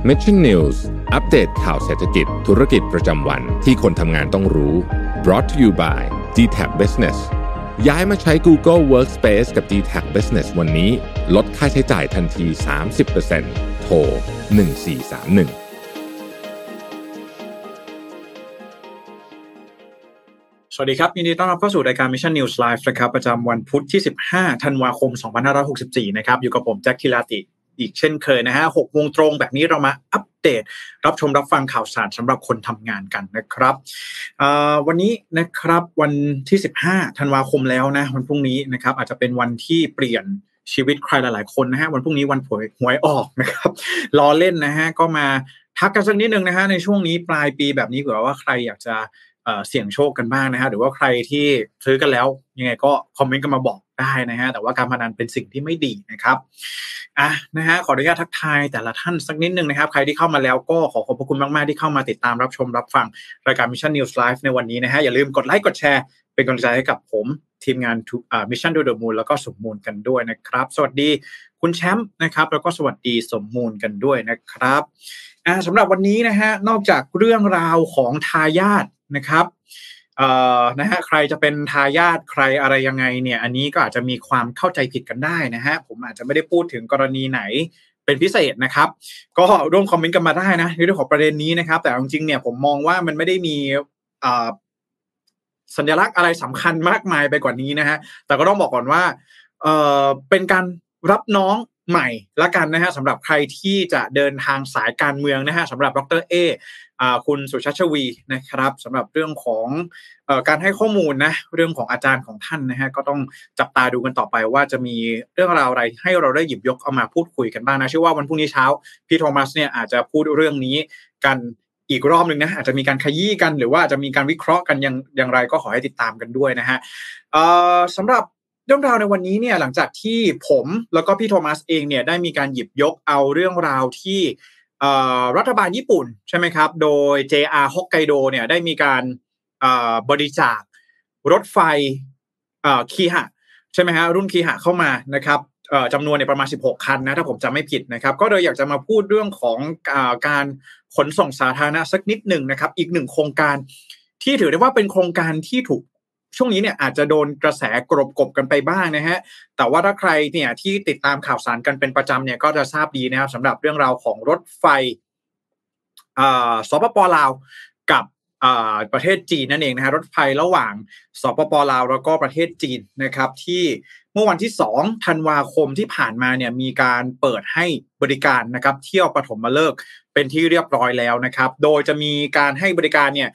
Mission News อัปเดตข่าวเศรษฐกิจธุรกิจประจำวันที่คนทำงานต้องรู้ brought to you by DTAC Business ย้ายมาใช้ Google Workspace กับ DTAC Business วันนี้ลดค่าใช้จ่ายทันที 30% โทร 1431 สวัสดีครับยินดีต้อนรับเข้าสู่รายการ Mission News Live นะครับประจำวันพุธที่15ธันวาคม2564นะครับอยู่กับผมแจ็คทิลาติอีกเช่นเคยนะฮะ 6 โมงตรงแบบนี้เรามาอัปเดตรับชมรับฟังข่าวสารสำหรับคนทำงานกันนะครับวันนี้นะครับวันที่15ธันวาคมแล้วนะวันพรุ่งนี้นะครับอาจจะเป็นวันที่เปลี่ยนชีวิตใครหลายๆคนนะฮะวันพรุ่งนี้วันหวยออกนะครับล้อเล่นนะฮะก็มาทักกันสักนิดนึงนะฮะในช่วงนี้ปลายปีแบบนี้เผื่อว่าใครอยากจะเสี่ยงโชคกันบ้างนะฮะหรือว่าใครที่ซื้อกันแล้วยังไงก็คอมเมนต์กันมาบอกได้นะฮะแต่ว่าการพนันเป็นสิ่งที่ไม่ดีนะครับนะฮะขออนุญาตทักทายแต่ละท่านสักนิดนึงนะครับใครที่เข้ามาแล้วก็ขอบพระคุณมากๆที่เข้ามาติดตามรับชมรับฟังรายการ Mission News Live ในวันนี้นะฮะอย่าลืมกดไลค์กดแชร์เป็นกำลังใจให้กับผมทีมงานMission to the Moon แล้วก็สมมูลกันด้วยนะครับสวัสดีคุณแชมป์นะครับแล้วก็สวัสดีสมมูลกันด้วยนะครับสำหรับวันนี้นะฮะนอกจากเรื่องราวของทายาทนะครับนะฮะใครจะเป็นทายาทใครอะไรยังไงเนี่ยอันนี้ก็อาจจะมีความเข้าใจผิดกันได้นะฮะผมอาจจะไม่ได้พูดถึงกรณีไหนเป็นพิเศษนะครับก็ร่วมคอมเมนต์กันมาได้นะในเรื่องของประเด็นนี้นะครับแต่จริงๆเนี่ยผมมองว่ามันไม่ได้มีสัญลักษณ์อะไรสำคัญมากมายไปกว่านี้นะฮะแต่ก็ต้องบอกก่อนว่าเป็นการรับน้องใหม่ละกันนะฮะสำหรับใครที่จะเดินทางสายการเมืองนะฮะสำหรับดร.เอคุณสุชัชวีนะครับสำหรับเรื่องของการให้ข้อมูลนะเรื่องของอาจารย์ของท่านนะฮะก็ต้องจับตาดูกันต่อไปว่าจะมีเรื่องราวอะไรให้เราได้หยิบยกเอามาพูดคุยกันบ้างนะเชื่อว่าวันพรุ่งนี้เช้าพี่โทมัสเนี่ยอาจจะพูดเรื่องนี้กันอีกรอบนึงนะอาจจะมีการขยี้กันหรือว่าอาจจะมีการวิเคราะห์กันอย่างไรก็ขอให้ติดตามกันด้วยนะฮะสำหรับเรื่องราวในวันนี้เนี่ยหลังจากที่ผมแล้วก็พี่โทมัสเองเนี่ยได้มีการหยิบยกเอาเรื่องราวที่รัฐบาลญี่ปุ่นใช่ไหมครับโดย JR Hokkaido เนี่ยได้มีการบริจาครถไฟคีหะใช่ไหมฮะรุ่นคีหะเข้ามานะครับจำนวนเนี่ยประมาณ16คันนะถ้าผมจำไม่ผิดนะครับก็เลยอยากจะมาพูดเรื่องของการขนส่งสาธารณะสักนิดหนึ่งนะครับอีกหนึ่งโครงการที่ถือได้ว่าเป็นโครงการที่ถูกช่วงนี้เนี่ยอาจจะโดนกระแสกบกันไปบ้างนะฮะแต่ว่าถ้าใครเนี่ยที่ติดตามข่าวสารกันเป็นประจำเนี่ยก็จะทราบดีนะครับสำหรับเรื่องราวของรถไฟสปป.ลาวกับประเทศจีนนั่นเองนะฮะรถไฟระหว่างสปป.ลาวแล้วก็ประเทศจีนนะครับที่เมื่อวันที่2ธันวาคมที่ผ่านมาเนี่ยมีการเปิดให้บริการนะครับเที่ยวปฐมฤกษ์เป็นที่เรียบร้อยแล้วนะครับโดยจะมีการให้บริการเนี่ย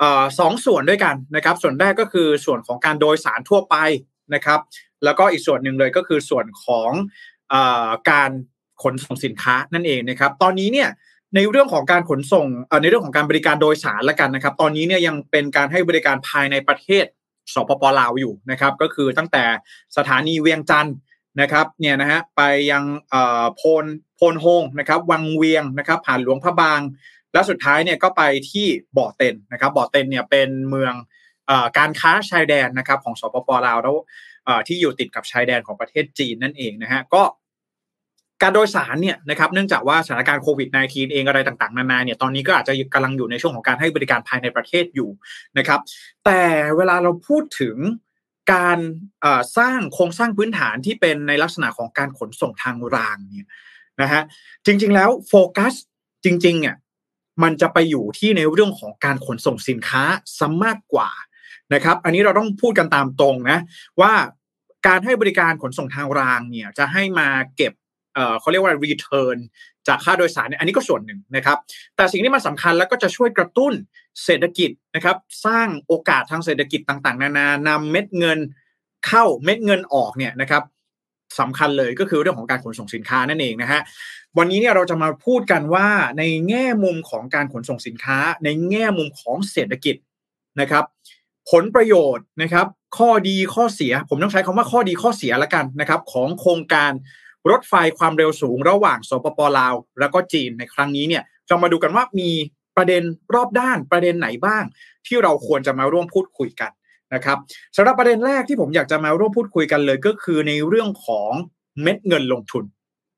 2ส่วนด้วยกันนะครับส่วนแรกก็คือส่วนของการโดยสารทั่วไปนะครับแล้วก็อีกส่วนหนึ่งเลยก็คือส่วนของการขนส่งสินค้านั่นเองนะครับตอนนี้เนี่ยในเรื่องของการขนส่งในเรื่องของการบริการโดยสารละกันนะครับตอนนี้เนี่ยยังเป็นการให้บริการภายในประเทศสปป.ลาวอยู่นะครับก็คือตั้งแต่สถานีเวียงจันทร์นะครับเนี่ยนะฮะไปยังโพนโฮงนะครับวังเวียงนะครับผ่านหลวงพระบางและสุดท้ายเนี่ยก็ไปที่บ่อเต็นนะครับบ่อเต็นเนี่ยเป็นเมืองการค้าชายแดนนะครับของสปป.ลาวแล้วที่อยู่ติดกับชายแดนของประเทศจีนนั่นเองนะฮะก็การโดยสารเนี่ยนะครับเนื่องจากว่าสถานการณ์โควิด -19 เองอะไรต่างๆนานาเนี่ยตอนนี้ก็อาจจะกำลังอยู่ในช่วงของการให้บริการภายในประเทศอยู่นะครับแต่เวลาเราพูดถึงการสร้างโครงสร้างพื้นฐานที่เป็นในลักษณะของการขนส่งทางรางเนี่ยนะฮะจริงๆแล้วโฟกัสจริงๆเนี่ยมันจะไปอยู่ที่ในเรื่องของการขนส่งสินค้าซะมากกว่านะครับอันนี้เราต้องพูดกันตามตรงนะว่าการให้บริการขนส่งทางรางเนี่ยจะให้มาเก็บเขาเรียกว่า return จากค่าโดยสารเนี่ยอันนี้ก็ส่วนหนึ่งนะครับแต่สิ่งที่มันสำคัญแล้วก็จะช่วยกระตุ้นเศรษฐกิจนะครับสร้างโอกาสทางเศรษฐกิจต่างๆนานานำเม็ดเงินเข้าเม็ดเงินออกเนี่ยนะครับสำคัญเลยก็คือเรื่องของการขนส่งสินค้านั่นเองนะฮะวันนี้เนี่ยเราจะมาพูดกันว่าในแง่มุมของการขนส่งสินค้าในแง่มุมของเศรษฐกิจนะครับผลประโยชน์นะครับข้อดีข้อเสียผมต้องใช้คำว่าข้อดีข้อเสียละกันนะครับของโครงการรถไฟความเร็วสูงระหว่างสปป.ลาวแล้วก็จีนในครั้งนี้เนี่ยจะมาดูกันว่ามีประเด็นรอบด้านประเด็นไหนบ้างที่เราควรจะมาร่วมพูดคุยกันนะครับสำหรับประเด็นแรกที่ผมอยากจะมาร่วมพูดคุยกันเลยก็คือในเรื่องของเม็ดเงินลงทุน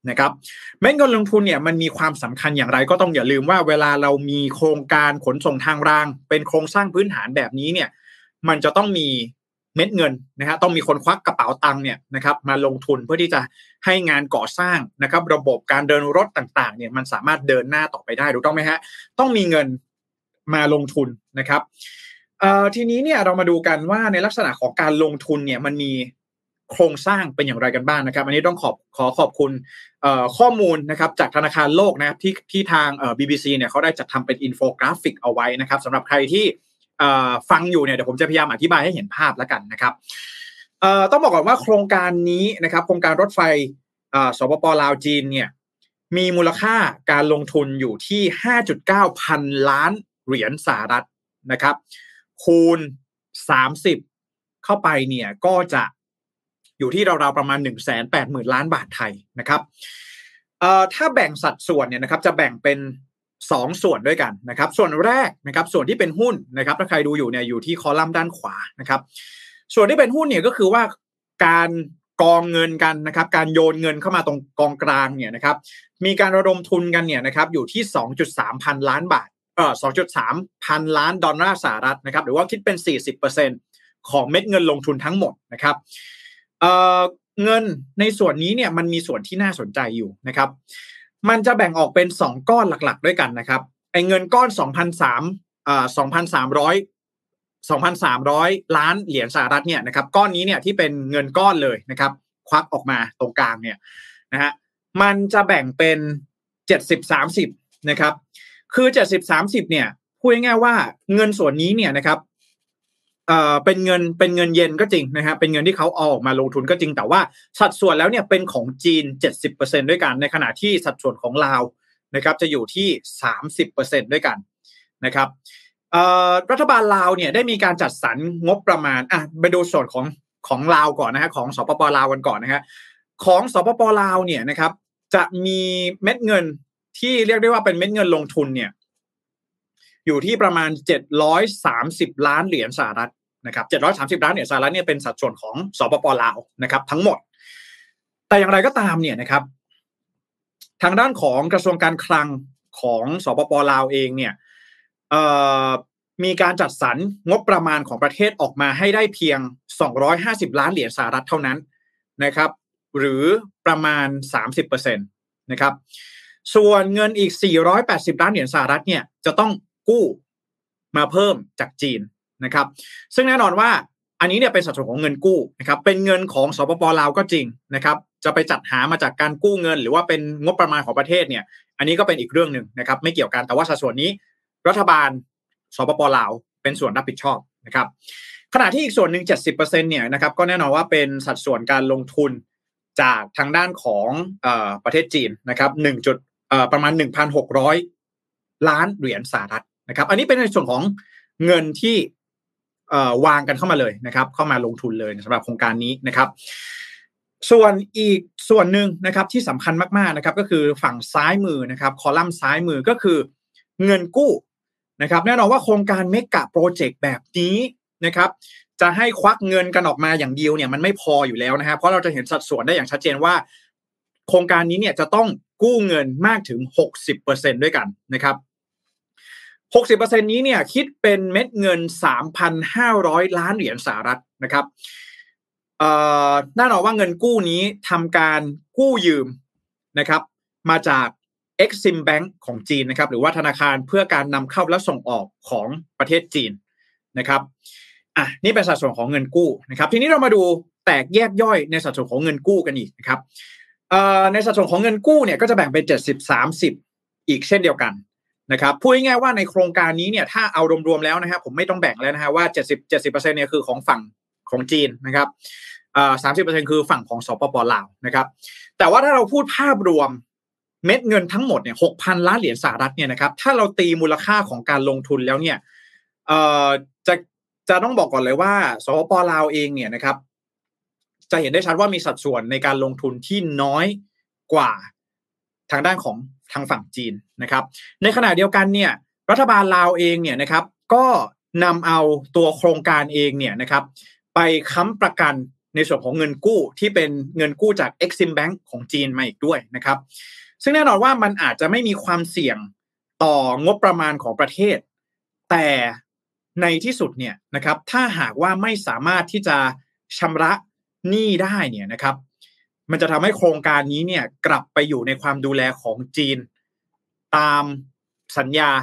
นะครับเม็ดเงินลงทุนเนี่ยมันมีความสำคัญอย่างไรก็ต้องอย่าลืมว่าเวลาเรามีโครงการขนส่งทางรางเป็นโครงสร้างพื้นฐานแบบนี้เนี่ยมันจะต้องมีเม็ดเงินนะฮะต้องมีคนควักกระเป๋าตังค์เนี่ยนะครับมาลงทุนเพื่อที่จะให้งานก่อสร้างนะครับระบบการเดินรถต่างๆเนี่ยมันสามารถเดินหน้าต่อไปได้ถูกต้องไหมฮะต้องมีเงินมาลงทุนนะครับทีนี้เนี่ยเรามาดูกันว่าในลักษณะของการลงทุนเนี่ยมันมีโครงสร้างเป็นอย่างไรกันบ้างนะครับอันนี้ต้องขอบคุณข้อมูลนะครับจากธนาคารโลกนะครับที่ทาง BBC เนี่ยเขาได้จัดทำเป็นอินโฟกราฟิกเอาไว้นะครับสำหรับใครที่ฟังอยู่เนี่ยเดี๋ยวผมจะพยายามอธิบายให้เห็นภาพแล้วกันนะครับต้องบอกก่อนว่าโครงการนี้นะครับโครงการรถไฟสปป.ลาวจีนเนี่ยมีมูลค่าการลงทุนอยู่ที่ 5.9 พันล้านเหรียญสหรัฐนะครับคูณ30เข้าไปเนี่ยก็จะอยู่ที่ราวๆประมาณ 180,000 ล้านบาทไทยนะครับถ้าแบ่งสัดส่วนเนี่ยนะครับจะแบ่งเป็น2ส่วนด้วยกันนะครับส่วนแรกนะครับส่วนที่เป็นหุ้นนะครับถ้าใครดูอยู่เนี่ยอยู่ที่คอลัมน์ด้านขวานะครับส่วนที่เป็นหุ้นเนี่ยก็คือว่าการกองเงินกันนะครับการโยนเงินเข้ามาตรงกองกลางเนี่ยนะครับมีการระดมทุนกันเนี่ยนะครับอยู่ที่ 2.3 พันล้านบาท2.3 พันล้านดอลลาร์สหรัฐนะครับหรือว่าคิดเป็น 40% ของเม็ดเงินลงทุนทั้งหมดนะครับเงินในส่วนนี้เนี่ยมันมีส่วนที่น่าสนใจอยู่นะครับมันจะแบ่งออกเป็น2ก้อนหลักๆด้วยกันนะครับไอ้เงินก้อน 2,300 ล้านเหรียญสหรัฐเนี่ยนะครับก้อนนี้เนี่ยที่เป็นเงินก้อนเลยนะครับควักออกมาตรงกลางเนี่ยนะฮะมันจะแบ่งเป็น 70-30 นะครับคือ 70-30 เนี่ยพูดง่ายๆว่าเงินส่วนนี้เนี่ยนะครับเป็นเงินเยนก็จริงนะฮะเป็นเงินที่เขาเอาออกมาลงทุนก็จริงแต่ว่าสัดส่วนแล้วเนี่ยเป็นของจีน 70% ด้วยกันในขณะที่สัดส่วนของลาวนะครับจะอยู่ที่ 30% ด้วยกันนะครับรัฐบาลลาวเนี่ยได้มีการจัดสรรงบประมาณไปดูส่วนของลาวก่อนนะฮะของสปป.ลาวกันก่อนนะฮะของสปป.ลาวเนี่ยนะครับจะมีเม็ดเงินที่เรียกได้ว่าเป็นเม็ดเงินลงทุนเนี่ยอยู่ที่ประมาณ730ล้านเหรียญสหรัฐนะครับ730ล้านเหรียญสหรัฐเนี่ยเป็นสัดส่วนของสปป.ลาวนะครับทั้งหมดแต่อย่างไรก็ตามเนี่ยนะครับทางด้านของกระทรวงการคลังของสปป.ลาวเองเนี่ยมีการจัดสรรงบประมาณของประเทศออกมาให้ได้เพียง250ล้านเหรียญสหรัฐเท่านั้นนะครับหรือประมาณ 30% นะครับส่วนเงินอีก480ล้านเหรียญสหรัฐเนี่ยจะต้องกู้มาเพิ่มจากจีนนะครับซึ่งแน่นอนว่าอันนี้เนี่ยเป็นสัดส่วนของเงินกู้นะครับเป็นเงินของสปป.ลาวก็จริงนะครับจะไปจัดหามาจากการกู้เงินหรือว่าเป็นงบประมาณของประเทศเนี่ยอันนี้ก็เป็นอีกเรื่องนึงนะครับไม่เกี่ยวกันแต่ว่าสัดส่วนนี้รัฐบาลสปป.ลาวเป็นส่วนรับผิดชอบนะครับขณะที่อีกส่วนหนึ่ง 70% เนี่ยนะครับก็แน่นอนว่าเป็นสัดส่วนการลงทุนจากทางด้านของประเทศจีนนะครับประมาณ 1,600 ล้านเหรียญสหรัฐนะครับอันนี้เป็นในส่วนของเงินที่วางกันเข้ามาเลยนะครับเข้ามาลงทุนเลยสำหรับโครงการนี้นะครับส่วนอีกส่วนหนึ่งนะครับที่สำคัญมากๆนะครับก็คือฝั่งซ้ายมือนะครับคอลัมน์ซ้ายมือก็คือเงินกู้นะครับแน่นอนว่าโครงการเมกะโปรเจกต์แบบนี้นะครับจะให้ควักเงินกันออกมาอย่างเดียวเนี่ยมันไม่พออยู่แล้วนะฮะเพราะเราจะเห็นสัดส่วนได้อย่างชัดเจนว่าโครงการนี้เนี่ยจะต้องกู้เงินมากถึง 60% ด้วยกันนะครับ 60% นี้เนี่ยคิดเป็นเม็ดเงิน 3,500 ล้านเหรียญสหรัฐนะครับแน่นอนว่าเงินกู้นี้ทำการกู้ยืมนะครับมาจาก Exim Bank ของจีนนะครับหรือว่าธนาคารเพื่อการนำเข้าและส่งออกของประเทศจีนนะครับนี่เป็นสัดส่วนของเงินกู้นะครับทีนี้เรามาดูแตกแยกย่อยในสัดส่วนของเงินกู้กันอีกนะครับในสัดส่วนของเงินกู้เนี่ยก็จะแบ่งเป็น 70-30 อีกเช่นเดียวกันนะครับพูดง่ายๆว่าในโครงการนี้เนี่ยถ้าเอารวมๆแล้วนะครับผมไม่ต้องแบ่งแล้วนะฮะว่า 70% เนี่ยคือของฝั่งของจีนนะครับ30% คือฝั่งของสปป.ลาวนะครับแต่ว่าถ้าเราพูดภาพรวมเม็ดเงินทั้งหมดเนี่ย 6,000 ล้านเหรียญสหรัฐเนี่ยนะครับถ้าเราตีมูลค่าของการลงทุนแล้วเนี่ยจะต้องบอกก่อนเลยว่าสปป.ลาวเองเนี่ยนะครับจะเห็นได้ชัดว่ามีสัดส่วนในการลงทุนที่น้อยกว่าทางด้านของทางฝั่งจีนนะครับในขณะเดียวกันเนี่ยรัฐบาลลาวเองเนี่ยนะครับก็นำเอาตัวโครงการเองเนี่ยนะครับไปค้ำประกันในส่วนของเงินกู้ที่เป็นเงินกู้จาก Exim Bank ของจีนมาอีกด้วยนะครับซึ่งแน่นอนว่ามันอาจจะไม่มีความเสี่ยงต่องบประมาณของประเทศแต่ในที่สุดเนี่ยนะครับถ้าหากว่าไม่สามารถที่จะชำระหนี้ได้เนี่ยนะครับมันจะทำให้โครงการนี้เนี่ยกลับไปอยู่ในความดูแลของจีนตามสัญญา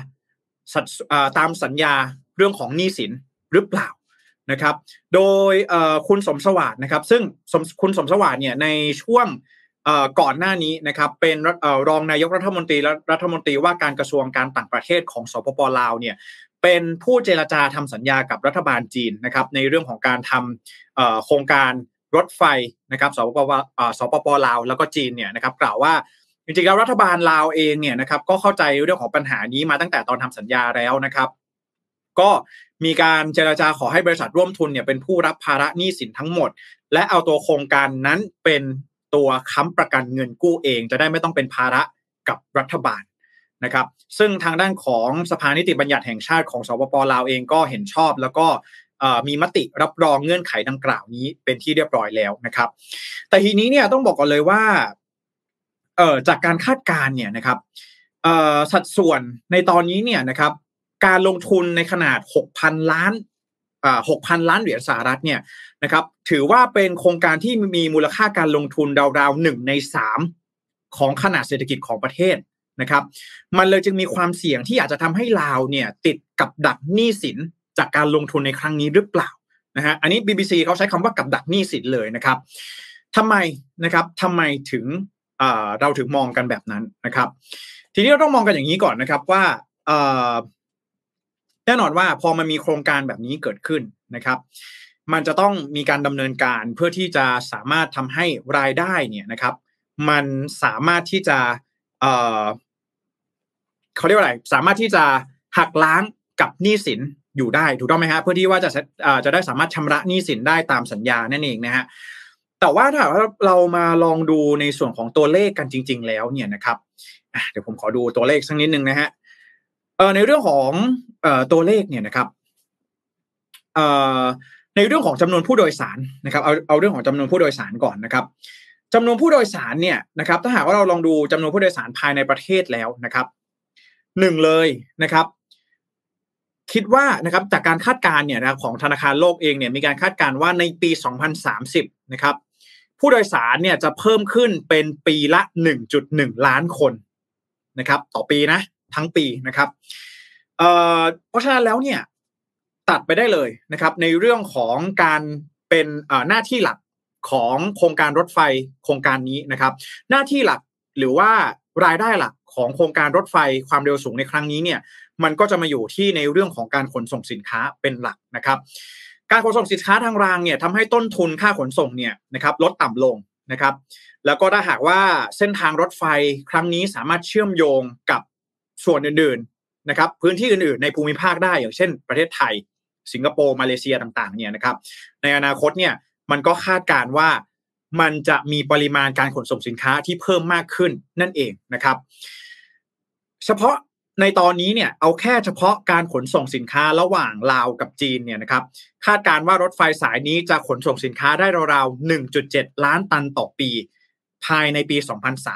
เรื่องของหนี้สินหรือเปล่านะครับโดยคุณสมสวัสดิ์นะครับซึ่งคุณสมสวัสดิ์เนี่ยในช่วงก่อนหน้านี้นะครับเป็นรองนายกรัฐมนตรีและรัฐมนตรีว่าการกระทรวงการต่างประเทศของสปป.ลาวเนี่ยเป็นผู้เจรจาทำสัญญากับรัฐบาลจีนนะครับในเรื่องของการทำโครงการรถไฟนะครับสปป.ลาวแล้วก็จีนเนี่ยนะครับกล่าวว่าจริงๆแล้วรัฐบาลลาวเองเนี่ยนะครับก็เข้าใจเรื่องของปัญหานี้มาตั้งแต่ตอนทำสัญญาแล้วนะครับก็มีการเจรจาขอให้บริษัทร่วมทุนเนี่ยเป็นผู้รับภาระหนี้สินทั้งหมดและเอาตัวโครงการนั้นเป็นตัวค้ำประกันเงินกู้เองจะได้ไม่ต้องเป็นภาระกับรัฐบาลนะครับซึ่งทางด้านของสภานิติบัญญัติแห่งชาติของสปป.ลาวเองก็เห็นชอบแล้วก็มีมติรับรองเงื่อนไขดังกล่าวนี้เป็นที่เรียบร้อยแล้วนะครับแต่ทีนี้เนี่ยต้องบอกก่อนเลยว่าจากการคาดการณ์เนี่ยนะครับสัดส่วนในตอนนี้เนี่ยนะครับการลงทุนในขนาด 6,000 ล้านเหรียญสหรัฐเนี่ยนะครับถือว่าเป็นโครงการที่มีมูลค่าการลงทุนราวๆ1 ใน 3ของขนาดเศรษฐกิจของประเทศนะครับมันเลยจึงมีความเสี่ยงที่อาจจะทำให้ลาวเนี่ยติดกับดักหนี้สินจากการลงทุนในครั้งนี้หรือเปล่านะฮะอันนี้ BBC เขาใช้คำว่ากับดักหนี้สินเลยนะครับทำไมถึงเราถึงมองกันแบบนั้นนะครับทีนี้เราต้องมองกันอย่างนี้ก่อนนะครับว่าแน่นอนว่าพอมันมีโครงการแบบนี้เกิดขึ้นนะครับมันจะต้องมีการดำเนินการเพื่อที่จะสามารถทำให้รายได้เนี่ยนะครับมันสามารถที่จะเขาเรียกว่าอะไรสามารถที่จะหักล้างกับหนี้สินอยู่ได้ถูกต้องไหมฮะเพื่อที่ว่าจะได้สามารถชำระหนี้สินได้ตามสัญญานั่นเองนะฮะแต่ว่าถ้าเรามาลองดูในส่วนของตัวเลขกันจริงๆแล้วเนี่ยนะครับเดี๋ยวผมขอดูตัวเลขสักนิดนึงนะฮะในเรื่องของตัวเลขเนี่ยนะครับในเรื่องของจำนวนผู้โดยสารนะครับเอาเรื่องของจำนวนผู้โดยสารก่อนนะครับจำนวนผู้โดยสารเนี่ยนะครับถ้าหากว่าเราลองดูจำนวนผู้โดยสารภายในประเทศแล้วนะครับ1เลยนะครับคิดว่านะครับจากการคาดการณ์เนี่ยนะของธนาคารโลกเองเนี่ยมีการคาดการณ์ว่าในปี2030นะครับผู้โดยสารเนี่ยจะเพิ่มขึ้นเป็นปีละ 1.1 ล้านคนนะครับต่อปีนะทั้งปีนะครับเพราะฉะนั้นแล้วเนี่ยตัดไปได้เลยนะครับในเรื่องของการเป็นหน้าที่หลักของโครงการรถไฟโครงการนี้นะครับหน้าที่หลักหรือว่ารายได้หลักของโครงการรถไฟความเร็วสูงในครั้งนี้เนี่ยมันก็จะมาอยู่ที่ในเรื่องของการขนส่งสินค้าเป็นหลักนะครับการขนส่งสินค้าทางรางเนี่ยทำให้ต้นทุนค่าขนส่งเนี่ยนะครับลดต่ำลงนะครับแล้วก็ถ้าหากว่าเส้นทางรถไฟครั้งนี้สามารถเชื่อมโยงกับส่วนอื่นๆนะครับพื้นที่อื่นๆในภูมิภาคได้อย่างเช่นประเทศไทยสิงคโปร์มาเลเซียต่างๆเนี่ยนะครับในอนาคตเนี่ยมันก็คาดการณ์ว่ามันจะมีปริมาณการขนส่งสินค้าที่เพิ่มมากขึ้นนั่นเองนะครับเฉพาะในตอนนี้เนี่ยเอาแค่เฉพาะการขนส่งสินค้าระหว่างลาวกับจีนเนี่ยนะครับคาดการณ์ว่ารถไฟสายนี้จะขนส่งสินค้าได้ราวๆ 1.7 ล้านตันต่อปีภายในปี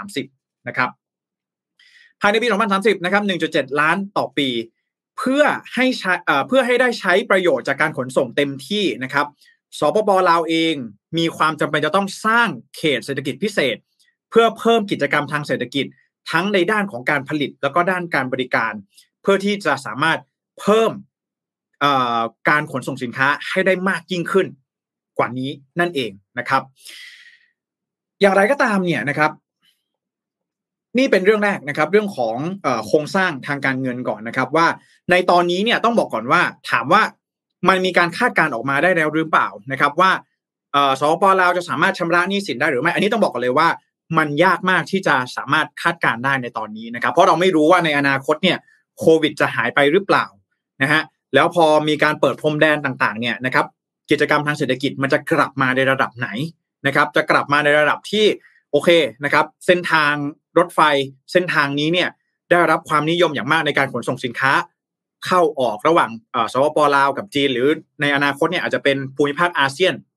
2030นะครับภายในปี 2030 นะครับ 1.7 ล้านต่อปีเพื่อให้ได้ใช้ประโยชน์จากการขนส่งเต็มที่นะครับสปป.ลาวเองมีความจำเป็นจะต้องสร้างเขตเศรษฐกิจพิเศษเพื่อเพิ่มกิจกรรมทางเศรษฐกิจทั้งในด้านของการผลิตแล้วก็ด้านการบริการเพื่อที่จะสามารถเพิ่มการขนส่งสินค้าให้ได้มากยิ่งขึ้นกว่านี้นั่นเองนะครับอย่างไรก็ตามเนี่ยนะครับนี่เป็นเรื่องแรกนะครับเรื่องของโครงสร้างทางการเงินก่อนนะครับว่าในตอนนี้เนี่ยต้องบอกก่อนว่าถามว่ามันมีการคาดการณ์ออกมาได้แล้วหรือเปล่านะครับว่าสปป.ลาวจะสามารถชำระหนี้สินได้หรือไม่อันนี้ต้องบอกก่อนเลยว่ามันยากมากที่จะสามารถคาดการณ์ได้ในตอนนี้นะครับเพราะเราไม่รู้ว่าในอนาคตเนี่ยโควิดจะหายไปหรือเปล่านะฮะแล้วพอมีการเปิดพรมแดนต่างๆเนี่ยนะครับกิจกรรมทางเศรษฐกิจมันจะกลับมาในระดับไหนนะครับจะกลับมาในระดับที่โอเคนะครับเส้นทางรถไฟเส้นทางนี้เนี่ยได้รับความนิยมอย่างมากในการขนส่งสินค้าเข้าออกระหว่างสปป.ลาวกับจีนหรือในอนาคตเนี่ยอาจจะเป็นภูมิภาคอาเซียน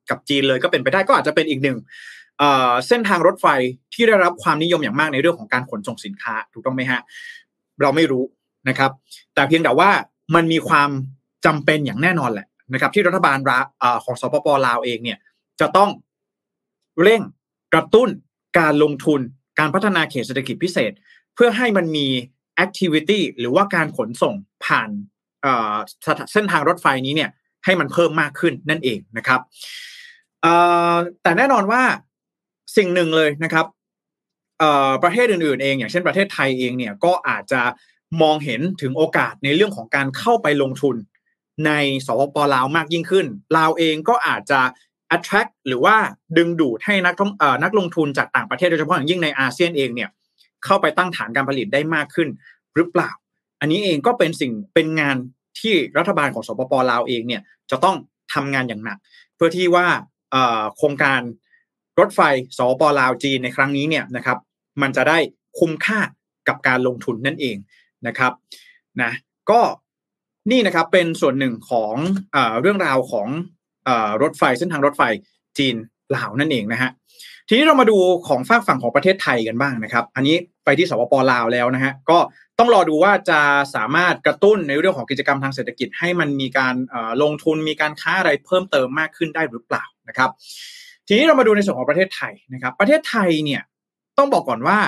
กับจีนเลยก็เป็นไปได้ก็อาจจะเป็นอีกหนึ่งเส้นทางรถไฟที่ได้รับความนิยมอย่างมากในเรื่องของการขนส่งสินค้าถูกต้องไหมฮะเราไม่รู้นะครับแต่เพียงแต่ว่ามันมีความจำเป็นอย่างแน่นอนแหละนะครับที่รัฐบาลของสปป.ลาวเองเนี่ยจะต้องเร่งกระตุ้นการลงทุนการพัฒนาเขตเศรษฐกิจพิเศษเพื่อให้มันมี activity หรือว่าการขนส่งผ่านเส้นทางรถไฟนี้เนี่ยให้มันเพิ่มมากขึ้นนั่นเองนะครับแต่แน่นอนว่าสิ่งหนึ่งเลยนะครับประเทศอื่นๆเองอย่างเช่นประเทศไทยเองเนี่ยก็อาจจะมองเห็นถึงโอกาสในเรื่องของการเข้าไปลงทุนในสปป.ลาวมากยิ่งขึ้นลาวเองก็อาจจะ attract หรือว่าดึงดูดให้นักลงทุนจากต่างประเทศโดยเฉพาะอย่างยิ่งในอาเซียนเองเนี่ยเข้าไปตั้งฐานการผลิตได้มากขึ้นหรือเปล่าอันนี้เองก็เป็นงานที่รัฐบาลของสปป.ลาวเองเนี่ยจะต้องทำงานอย่างหนักเพื่อที่ว่าโครงการรถไฟสปป.ลาวจีนในครั้งนี้เนี่ยนะครับมันจะได้คุ้มค่ากับการลงทุนนั่นเองนะครับนะก็นี่นะครับเป็นส่วนหนึ่งของเรื่องราวของรถไฟเส้นทางรถไฟจีนลาวนั่นเองนะฮะทีนี้เรามาดูของฝากฝั่งของประเทศไทยกันบ้างนะครับอันนี้ไปที่สปป.ลาวแล้วนะฮะก็ต้องรอดูว่าจะสามารถกระตุ้นในเรื่องของกิจกรรมทางเศรษฐกิจให้มันมีการลงทุนมีการค้าอะไรเพิ่มเติมมากขึ้นได้หรือเปล่านะครับทีนี้เรามาดูในส่วนของประเทศไทยนะครับประเทศไทยเนี่ยต้องบอกก่อนว่า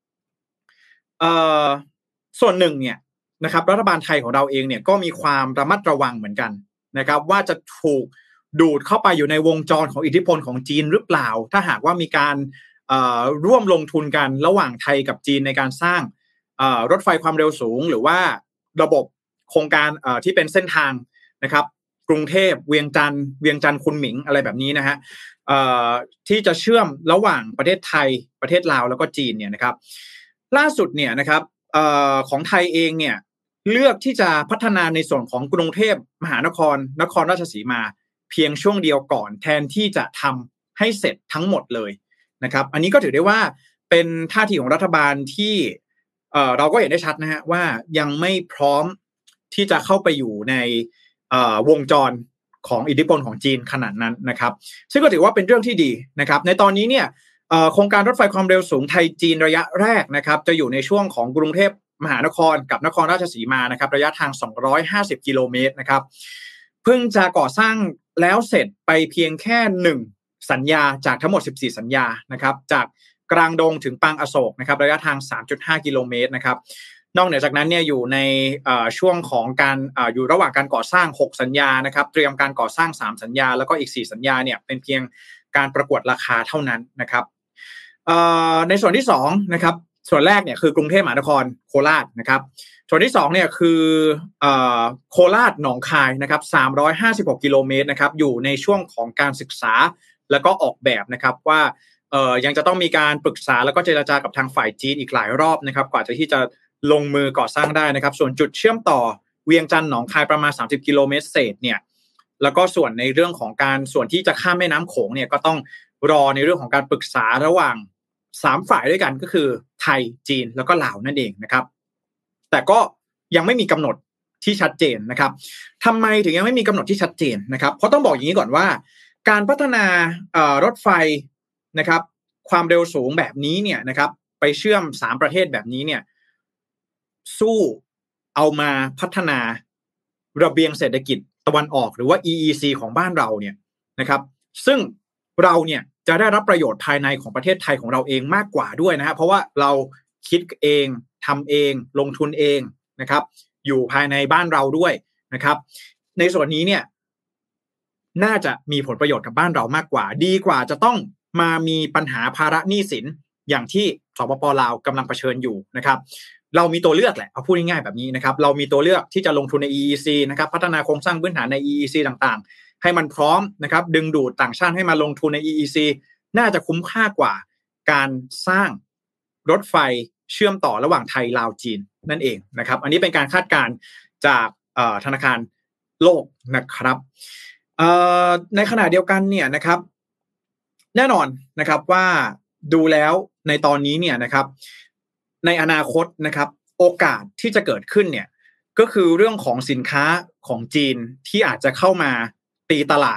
ส่วนหนึ่งเนี่ยนะครับรัฐบาลไทยของเราเองเนี่ยก็มีความระมัดระวังเหมือนกันนะครับว่าจะถูกดูดเข้าไปอยู่ในวงจรของอิทธิพลของจีนหรือเปล่าถ้าหากว่ามีการร่วมลงทุนกันระหว่างไทยกับจีนในการสร้างรถไฟความเร็วสูงหรือว่าระบบโครงการที่เป็นเส้นทางนะครับกรุงเทพเวียงจันทร์คุนหมิงอะไรแบบนี้นะฮะที่จะเชื่อมระหว่างประเทศไทยประเทศลาวแล้วก็จีนเนี่ยนะครับล่าสุดเนี่ยนะครับของไทยเองเนี่ยเลือกที่จะพัฒนาในส่วนของกรุงเทพมหานครนครราชสีมาเพียงช่วงเดียวก่อนแทนที่จะทำให้เสร็จทั้งหมดเลยนะครับอันนี้ก็ถือได้ว่าเป็นท่าทีของรัฐบาลที่เราก็เห็นได้ชัดนะฮะว่ายังไม่พร้อมที่จะเข้าไปอยู่ในวงจรของอิทธิพลของจีนขนาดนั้นนะครับซึ่งก็ถือว่าเป็นเรื่องที่ดีนะครับในตอนนี้เนี่ยโครงการรถไฟความเร็วสูงไทยจีนระยะแรกนะครับจะอยู่ในช่วงของกรุงเทพมหานครกับนครราชสีมานะครับระยะทาง250กิโลเมตรนะครับเพิ่งจะก่อสร้างแล้วเสร็จไปเพียงแค่1สัญญาจากทั้งหมด14สัญญานะครับจากกลางดงถึงปางอโศกนะครับระยะทาง 3.5 กิโลเมตรนะครับนอกเหนือจากนั้นเนี่ยอยู่ในช่วงของการอยู่ระหว่างการก่อสร้าง6สัญญานะครับเตรียมการก่อสร้าง3สัญญาแล้วก็อีก4สัญญาเนี่ยเป็นเพียงการประกวดราคาเท่านั้นนะครับในส่วนที่2นะครับส่วนแรกเนี่ยคือกรุงเทพมหานครโคราชนะครับส่วนที่2เนี่ยคือโคราชหนองคายนะครับ356กิโลเมตรนะครับอยู่ในช่วงของการศึกษาแล้วก็ออกแบบนะครับว่ายังจะต้องมีการปรึกษาแล้วก็เจรจากับทางฝ่ายจีนอีกหลายรอบนะครับกว่าที่จะลงมือก่อสร้างได้นะครับส่วนจุดเชื่อมต่อเวียงจันทร์หนองคายประมาณ30กิโลเมตรเศษเนี่ยแล้วก็ส่วนในเรื่องของการส่วนที่จะข้ามแม่น้ำโขงเนี่ยก็ต้องรอในเรื่องของการปรึกษาระหว่าง3ฝ่ายด้วยกันก็คือไทยจีนแล้วก็ลาวนั่นเองนะครับแต่ก็ยังไม่มีกำหนดที่ชัดเจนนะครับทำไมถึงยังไม่มีกำหนดที่ชัดเจนนะครับเพราะต้องบอกอย่างนี้ก่อนว่าการพัฒนารถไฟนะครับความเร็วสูงแบบนี้เนี่ยนะครับไปเชื่อม3ประเทศแบบนี้เนี่ยสู้เอามาพัฒนาระเบียงเศรษฐกิจตะวันออกหรือว่า EEC ของบ้านเราเนี่ยนะครับซึ่งเราเนี่ยจะได้รับประโยชน์ภายในของประเทศไทยของเราเองมากกว่าด้วยนะฮะเพราะว่าเราคิดเองทำเองลงทุนเองนะครับอยู่ภายในบ้านเราด้วยนะครับในส่วนนี้เนี่ยน่าจะมีผลประโยชน์กับบ้านเรามากกว่าดีกว่าจะต้องมามีปัญหาภาระหนี้สินอย่างที่สปป.ลาวกำลังเผชิญอยู่นะครับเรามีตัวเลือกแหละเอาพูดง่ายๆแบบนี้นะครับเรามีตัวเลือกที่จะลงทุนใน EEC นะครับพัฒนาโครงสร้างพื้นฐานใน EEC ต่างๆให้มันพร้อมนะครับดึงดูดต่างชาติให้มาลงทุนใน EEC น่าจะคุ้มค่ากว่าการสร้างรถไฟเชื่อมต่อระหว่างไทยลาวจีนนั่นเองนะครับอันนี้เป็นการคาดการณ์จากธนาคารโลกนะครับในขณะเดียวกันเนี่ยนะครับแน่นอนนะครับว่าดูแล้วในตอนนี้เนี่ยนะครับในอนาคตนะครับโอกาสที่จะเกิดขึ้นเนี่ยก็คือเรื่องของสินค้าของจีนที่อาจจะเข้ามาตีตลาด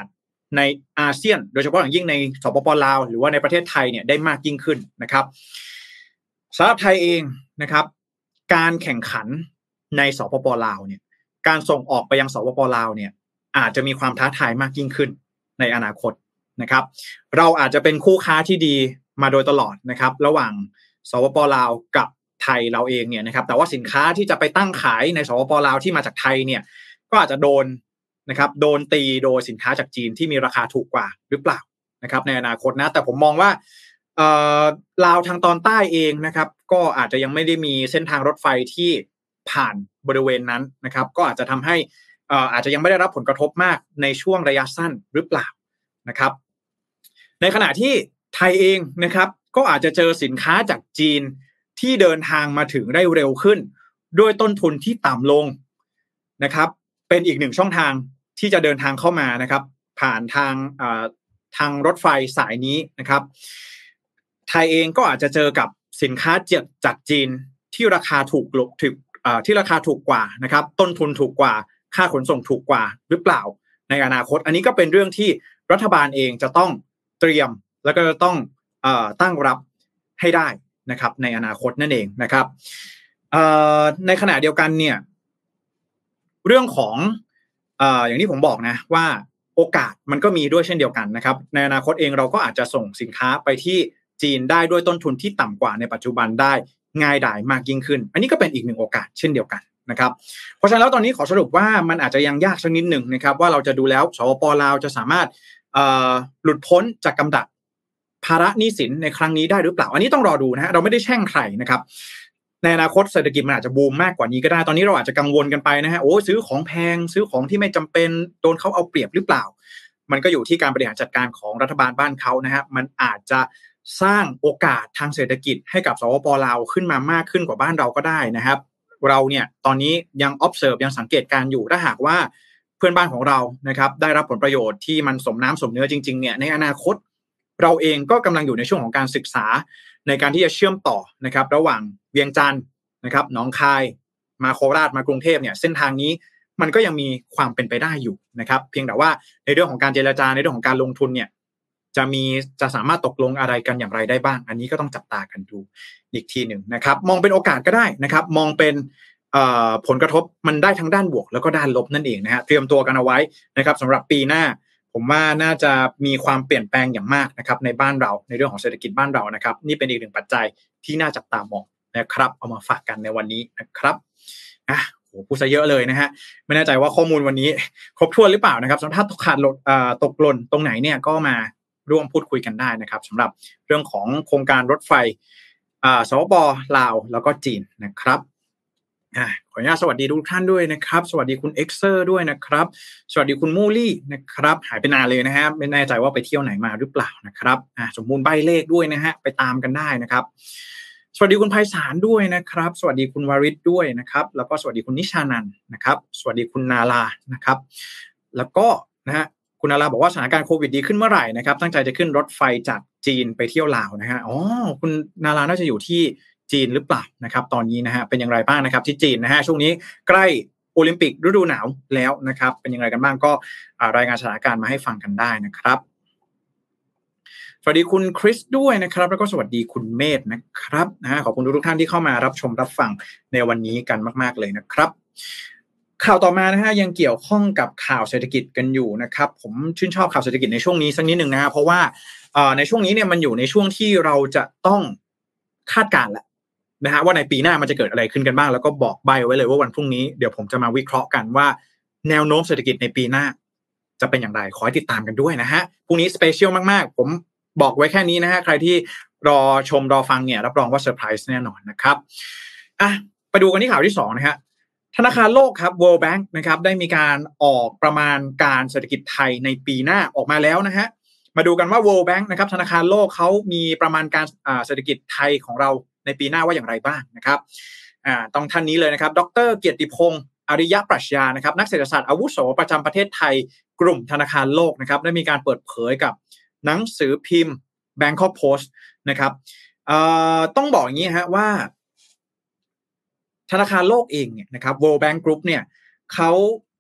ในอาเซียนโดยเฉพาะอย่างยิ่งในสปป.ลาวหรือว่าในประเทศไทยเนี่ยได้มากยิ่งขึ้นนะครับสำหรับไทยเองนะครับการแข่งขันในสปป.ลาวเนี่ยการส่งออกไปยังสปป.ลาวเนี่ยอาจจะมีความท้าทายมากยิ่งขึ้นในอนาคตนะครับเราอาจจะเป็นคู่ค้าที่ดีมาโดยตลอดนะครับระหว่างสปป.ลาวกับไทยเราเองเนี่ยนะครับแต่ว่าสินค้าที่จะไปตั้งขายในสปป.ลาวที่มาจากไทยเนี่ยก็อาจจะโดนตีโดยสินค้าจากจีนที่มีราคาถูกกว่าหรือเปล่านะครับในอนาคตนะแต่ผมมองว่าลาวทางตอนใต้เองนะครับก็อาจจะยังไม่ได้มีเส้นทางรถไฟที่ผ่านบริเวณนั้นนะครับก็อาจจะทำให้อาจจะยังไม่ได้รับผลกระทบมากในช่วงระยะสั้นหรือเปล่านะครับในขณะที่ไทยเองนะครับก็อาจจะเจอสินค้าจากจีนที่เดินทางมาถึงได้เร็วขึ้นด้วยต้นทุนที่ต่ำลงนะครับเป็นอีกหนึ่งช่องทางที่จะเดินทางเข้ามานะครับผ่านทางรถไฟสายนี้นะครับไทยเองก็อาจจะเจอกับสินค้าจากจีนที่ราคาถูกกว่านะครับต้นทุนถูกกว่าค่าขนส่งถูกกว่าหรือเปล่าในอนาคตอันนี้ก็เป็นเรื่องที่รัฐบาลเองจะต้องเตรียมแล้วก็จะต้องตั้งรับให้ได้นะครับในอนาคตนั่นเองนะครับในขณะเดียวกันเนี่ยเรื่องของอย่างที่ผมบอกนะว่าโอกาสมันก็มีด้วยเช่นเดียวกันนะครับในอนาคตเองเราก็อาจจะส่งสินค้าไปที่จีนได้ด้วยต้นทุนที่ต่ำกว่าในปัจจุบันได้ง่ายดายมากยิ่งขึ้นอันนี้ก็เป็นอีกหนึ่งโอกาสเช่นเดียวกันนะครับเพราะฉะนั้นแล้วตอนนี้ขอสรุปว่ามันอาจจะยังยากสักนิดหนึ่งนะครับว่าเราจะดูแล้วสปป.ลาวจะสามารถหลุดพ้นจากกำดักภาระหนี้สินในครั้งนี้ได้หรือเปล่าอันนี้ต้องรอดูนะฮะเราไม่ได้แช่งใครนะครับในอนาคตเศรษฐกิจมันอาจจะบูมมากกว่านี้ก็ได้ตอนนี้เราอาจจะกังวลกันไปนะฮะโอ้ซื้อของแพงซื้อของที่ไม่จำเป็นโดนเขาเอาเปรียบหรือเปล่ามันก็อยู่ที่การบริหารจัดการของรัฐบาลบ้านเขานะฮะมันอาจจะสร้างโอกาสทางเศรษฐกิจให้กับสปป.ลาวขึ้นมามากขึ้นกว่าบ้านเราก็ได้นะครับเราเนี่ยตอนนี้ยัง observe ยังสังเกตการอยู่ถ้าหากว่าเพื่อนบ้านของเรานะครับได้รับผลประโยชน์ที่มันสมน้ำสมเนื้อจริงๆเนี่ยในอนาคตเราเองก็กำลังอยู่ในช่วงของการศึกษาในการที่จะเชื่อมต่อนะครับระหว่างเวียงจันทร์นะครับหนองคายมาโคราชมากรุงเทพเนี่ยเส้นทางนี้มันก็ยังมีความเป็นไปได้อยู่นะครับเพียงแต่ว่าในเรื่องของการเจรจาในเรื่องของการลงทุนเนี่ยจะสามารถตกลงอะไรกันอย่างไรได้บ้างอันนี้ก็ต้องจับตากันดูอีกทีหนึ่งนะครับมองเป็นโอกาสก็ได้นะครับมองเป็นผลกระทบมันได้ทั้งด้านบวกแล้วก็ด้านลบนั่นเองนะฮะเตรียมตัวกันเอาไว้นะครับสำหรับปีหน้าผมว่าน่าจะมีความเปลี่ยนแปลงอย่างมากนะครับในบ้านเราในเรื่องของเศรษฐกิจบ้านเรานะครับนี่เป็นอีกหนึ่งปัจจัยที่น่าจับตามองนะครับเอามาฝากกันในวันนี้นะครับพูดซะเยอะเลยนะฮะไม่แน่ใจว่าข้อมูลวันนี้ครบถ้วนหรือเปล่านะครับสำหรับถ้าตกหล่นตรงไหนเนี่ยก็มาร่วมพูดคุยกันได้นะครับสำหรับเรื่องของโครงการรถไฟสปป.ลาวแล้วก็จีนนะครับขออนุญาตสวัสดีทุกท่านด้วยนะครับสวัสดีคุณเอ็กเซอร์ด้วยนะครับสวัสดีคุณมูลี่นะครับหายไปนานเลยนะฮะไม่แน่ใจว่าไปเที่ยวไหนมาหรือเปล่านะครับสมมูลใบเลขด้วยนะฮะไปตามกันได้นะครับสวัสดีคุณไพศาลด้วยนะครับสวัสดีคุณวาริศด้วยนะครับแล้วก็สวัสดีคุณนิชานันท์นะครับสวัสดีคุณนาลานะครับแล้วก็นะฮะคุณนาลาบอกว่าสถานการณ์โควิดดีขึ้นเมื่อไหร่นะครับตั้งใจจะขึ้นรถไฟจากจีนไปเที่ยวลาวนะฮะคุณนาลาน่าจะอยู่ที่จีนหรือเปล่านะครับตอนนี้นะฮะเป็นอย่างไรบ้างนะครับที่จีนนะฮะช่วงนี้ใกล้โอลิมปิกฤดูหนาวแล้วนะครับเป็นอย่างไรกันบ้างก็รายงานสถานการณ์มาให้ฟังกันได้นะครับสวัสดีคุณคริสด้วยนะครับแล้วก็สวัสดีคุณเมธนะครับขอบคุณทุกท่านที่เข้ามารับชมรับฟังในวันนี้กันมากๆเลยนะครับข่าวต่อมานะฮะยังเกี่ยวข้องกับข่าวเศรษฐกิจกันอยู่นะครับผมชื่นชอบข่าวเศรษฐกิจในช่วงนี้สักนิดนึงนะฮะเพราะว่าในช่วงนี้เนี่ยมันอยู่ในช่วงที่เราจะต้องคาดการณ์แหละนะฮะว่าในปีหน้ามันจะเกิดอะไรขึ้นกันบ้างแล้วก็บอกใบไว้เลยว่าวันพรุ่งนี้เดี๋ยวผมจะมาวิเคราะห์กันว่าแนวโน้มเศรษฐกิจในปีหน้าจะเป็นอย่างไรขอให้ติดตามกันด้วยนะฮะพรุ่งนี้สเปเชียลมากๆผมบอกไว้แค่นี้นะฮะใครที่รอชมรอฟังเนี่ยรับรองว่าเซอร์ไพรส์แน่นอนนะครับไปดูกันที่ข่าวที่2นะฮะธนาคารโลกครับ World Bank นะครับได้มีการออกประมาณการเศรษฐกิจไทยในปีหน้าออกมาแล้วนะฮะมาดูกันว่า World Bank นะครับธนาคารโลกเขามีประมาณการเศรษฐกิจไทยของเราในปีหน้าว่าอย่างไรบ้างนะครับต้องท่านนี้เลยนะครับดร.เกียรติพงศ์อริยปรัชญานะครับนักเศรษฐศาสตร์อาวุโสประจำประเทศไทยกลุ่มธนาคารโลกนะครับได้มีการเปิดเผยกับหนังสือพิมพ์ Bangkok Post นะครับต้องบอกอย่างนี้ฮะว่าธนาคารโลกเองเนี่ยนะครับ World Bank Group เนี่ยเขา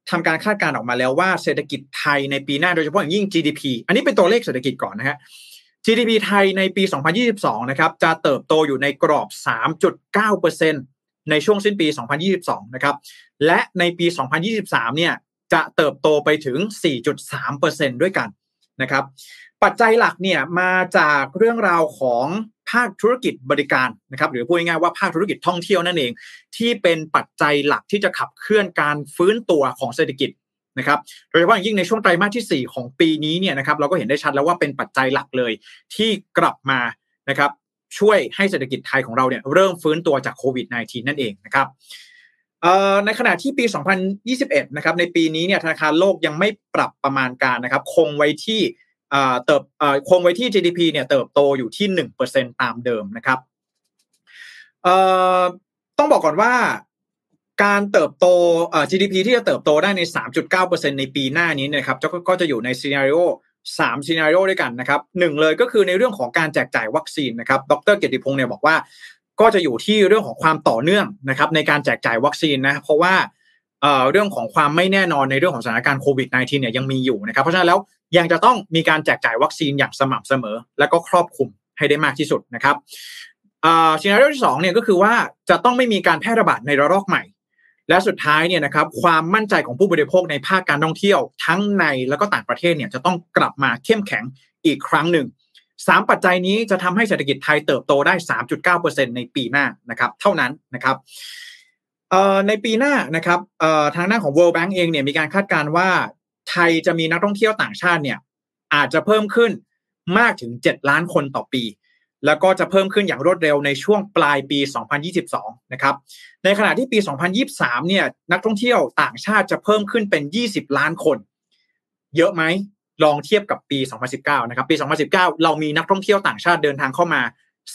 ทำการคาดการณ์ออกมาแล้วว่าเศรษฐกิจไทยในปีหน้าโดยเฉพาะอย่างยิ่ง GDP อันนี้เป็นตัวเลขเศรษฐกิจก่อนนะฮะ GDP ไทยในปี 2022 นะครับจะเติบโตอยู่ในกรอบ 3.9% ในช่วงสิ้นปี 2022 นะครับและในปี 2023 เนี่ยจะเติบโตไปถึง 4.3% ด้วยกันนะครับปัจจัยหลักเนี่ยมาจากเรื่องราวของภาคธุรกิจบริการนะครับหรือพูดง่ายๆว่าภาคธุรกิจท่องเที่ยวนั่นเองที่เป็นปัจจัยหลักที่จะขับเคลื่อนการฟื้นตัวของเศรษฐกิจนะครับโดยเฉพาะอย่างยิ่งในช่วงไตรมาสที่4ของปีนี้เนี่ยนะครับเราก็เห็นได้ชัดแล้วว่าเป็นปัจจัยหลักเลยที่กลับมานะครับช่วยให้เศรษฐกิจไทยของเราเนี่ยเริ่มฟื้นตัวจากโควิด -19 นั่นเองนะครับในขณะที่ปี 2021 นะครับในปีนี้เนี่ยธนาคารโลกยังไม่ปรับประมาณการนะครับคงไว้ที่คงไว้ที่ GDP เนี่ยเติบโตอยู่ที่ 1% ตามเดิมนะครับต้องบอกก่อนว่าการเติบโตGDP ที่จะเติบโตได้ใน 3.9% ในปีหน้านี้นะครับก็จะอยู่ในซีนาริโอ3ซีนาริโอด้วยกันนะครับ1เลยก็คือในเรื่องของการแจกจ่ายวัคซีนนะครับดร.เกียรติพงษ์เนี่ยบอกว่าก็จะอยู่ที่เรื่องของความต่อเนื่องนะครับในการแจกจ่ายวัคซีนนะเพราะว่าเรื่องของความไม่แน่นอนในเรื่องของสถานการณ์โควิด -19 เนี่ยยังมีอยู่นะครับเพราะฉะนั้นแล้วยังจะต้องมีการแจกจ่ายวัคซีนอย่างสม่ำเสมอและก็ครอบคลุมให้ได้มากที่สุดนะครับซีนาริโอที่2เนี่ยก็คือว่าจะต้องไม่มีการแพร่ระบาดในระลอกใหม่และสุดท้ายเนี่ยนะครับความมั่นใจของผู้บริโภคในภาคการท่องเที่ยวทั้งในและก็ต่างประเทศเนี่ยจะต้องกลับมาเข้มแข็งอีกครั้งหนึ่ง3ปัจจัยนี้จะทำให้เศรษฐกิจไทยเติบโตได้ 3.9% ในปีหน้านะครับเท่านั้นนะครับในปีหน้านะครับทางด้านของ World Bank เองเนี่ยมีการคาดการณ์ว่าไทยจะมีนักท่องเที่ยวต่างชาติเนี่ยอาจจะเพิ่มขึ้นมากถึง7ล้านคนต่อปีแล้วก็จะเพิ่มขึ้นอย่างรวดเร็วในช่วงปลายปี 2022 นะครับในขณะที่ปี 2023 เนี่ยนักท่องเที่ยวต่างชาติจะเพิ่มขึ้นเป็น20ล้านคนเยอะไหมลองเทียบกับปี 2019 นะครับปี 2019 เรามีนักท่องเที่ยวต่างชาติเดินทางเข้ามา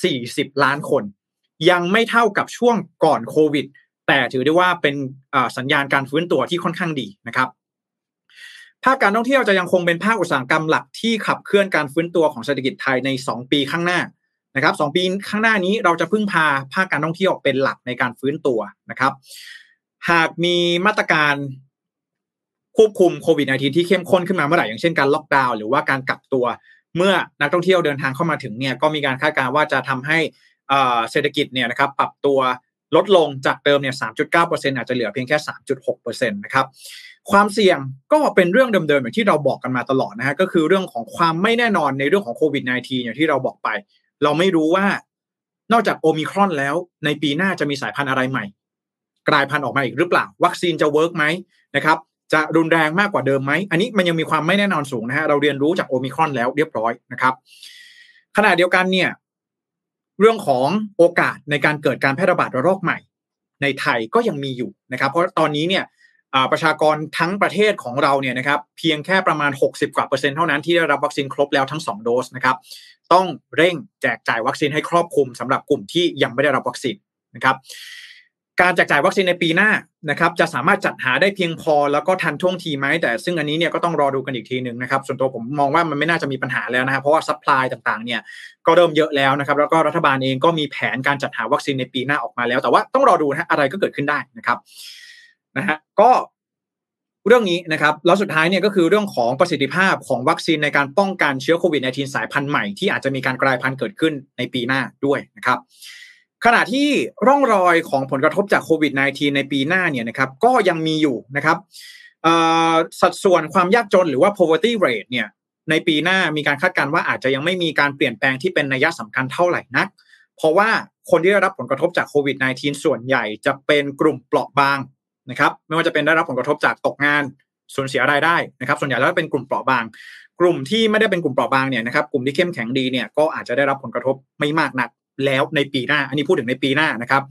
40ล้านคนยังไม่เท่ากับช่วงก่อนโควิดแต่ถือได้ว่าเป็นสัญญาณการฟื้นตัวที่ค่อนข้างดีนะครับภาคการท่องเที่ยวจะยังคงเป็นภาคอุตสาหกรรมหลักที่ขับเคลื่อนการฟื้นตัวของเศรษฐกิจไทยใน2ปีข้างหน้านะครับ2ปีข้างหน้านี้เราจะพึ่งพาภาคการท่องเที่ยวเป็นหลักในการฟื้นตัวนะครับหากมีมาตรการควบคุมโควิด -19 ที่เข้มข้นขึ้นมาเมื่อไหร่อย่างเช่นการล็อกดาวน์หรือว่าการกักตัวเมื่อนักท่องเที่ยวเดินทางเข้ามาถึงเนี่ยก็มีการคาดการณ์ว่าจะทำให้เศรษฐกิจเนี่ยนะครับปรับตัวลดลงจากเดิมเนี่ย 3.9% อาจจะเหลือเพียงแค่ 3.6% นะครับความเสี่ยงก็เป็นเรื่องเดิมๆอย่างที่เราบอกกันมาตลอดนะฮะก็คือเรื่องของความไม่แน่นอนในเรื่องของโควิด -19 อย่างที่เราบอกไปเราไม่รู้ว่านอกจากโอมิครอนแล้วในปีหน้าจะมีสายพันธุ์อะไรใหม่กลายพันธุ์ออกมาอีกหรือเปล่าวัคซีนจะเวิร์กไหมนะครับจะรุนแรงมากกว่าเดิมไหมอันนี้มันยังมีความไม่แน่นอนสูงนะฮะเราเรียนรู้จากโอมิครอนแล้วเรียบร้อยนะครับขณะเดียวกันเนี่ยเรื่องของโอกาสในการเกิดการแพร่ระบาดระลอกใหม่ในไทยก็ยังมีอยู่นะครับเพราะตอนนี้เนี่ยประชากรทั้งประเทศของเราเนี่ยนะครับเพียงแค่ประมาณ60กว่า%เท่านั้นที่ได้รับวัคซีนครบแล้วทั้ง2โดสนะครับต้องเร่งแจกจ่ายวัคซีนให้ครอบคลุมสำหรับกลุ่มที่ยังไม่ได้รับวัคซีนนะครับการแจกจ่ายวัคซีนในปีหน้านะครับจะสามารถจัดหาได้เพียงพอแล้วก็ทันท่วงทีไหมแต่ซึ่งอันนี้เนี่ยก็ต้องรอดูกันอีกทีนึงนะครับส่วนตัวผมมองว่ามันไม่น่าจะมีปัญหาแล้วนะครับเพราะว่าซัพพลายต่างๆเนี่ยก็เริ่มเยอะแล้วนะครับแล้วก็รัฐบาลเองก็มีแผนการจัดหาวัคซีนในปีหน้าออกมาแล้วแต่ว่าต้องรอดูนะอะไรก็เกิดขึ้นได้นะครับนะฮะก็เรื่องนี้นะครับแล้วสุดท้ายเนี่ยก็คือเรื่องของประสิทธิภาพของวัคซีนในการป้องกันเชื้อโควิด -19 สายพันธุ์ใหม่ที่อาจจะมีการกลายพันธุ์เกิดขึ้นในปีหน้าด้วยนะครับขณะที่ร่องรอยของผลกระทบจากโควิด -19 ในปีหน้าเนี่ยนะครับก็ยังมีอยู่นะครับสัดส่วนความยากจนหรือว่า poverty rate เนี่ยในปีหน้ามีการคาดการณ์ว่าอาจจะยังไม่มีการเปลี่ยนแปลงที่เป็นนัยสำคัญเท่าไหร่นักเพราะว่าคนที่ได้รับผลกระทบจากโควิด -19 ส่วนใหญ่จะเป็นกลุ่มเปราะบางนะครับไม่ว่าจะเป็นได้รับผลกระทบจากตกงานสูญเสียรายได้นะครับส่วนใหญ่แล้วเป็นกลุ่มเปราะบางกลุ่มที่ไม่ได้เป็นกลุ่มเปราะบางเนี่ยนะครับกลุ่มที่เข้มแข็งดีเนี่ยก็อาจจะได้รับผลกระทบไม่มากนักแล้วในปีหน้าอันนี้พูดถึงในปีหน้านะครับ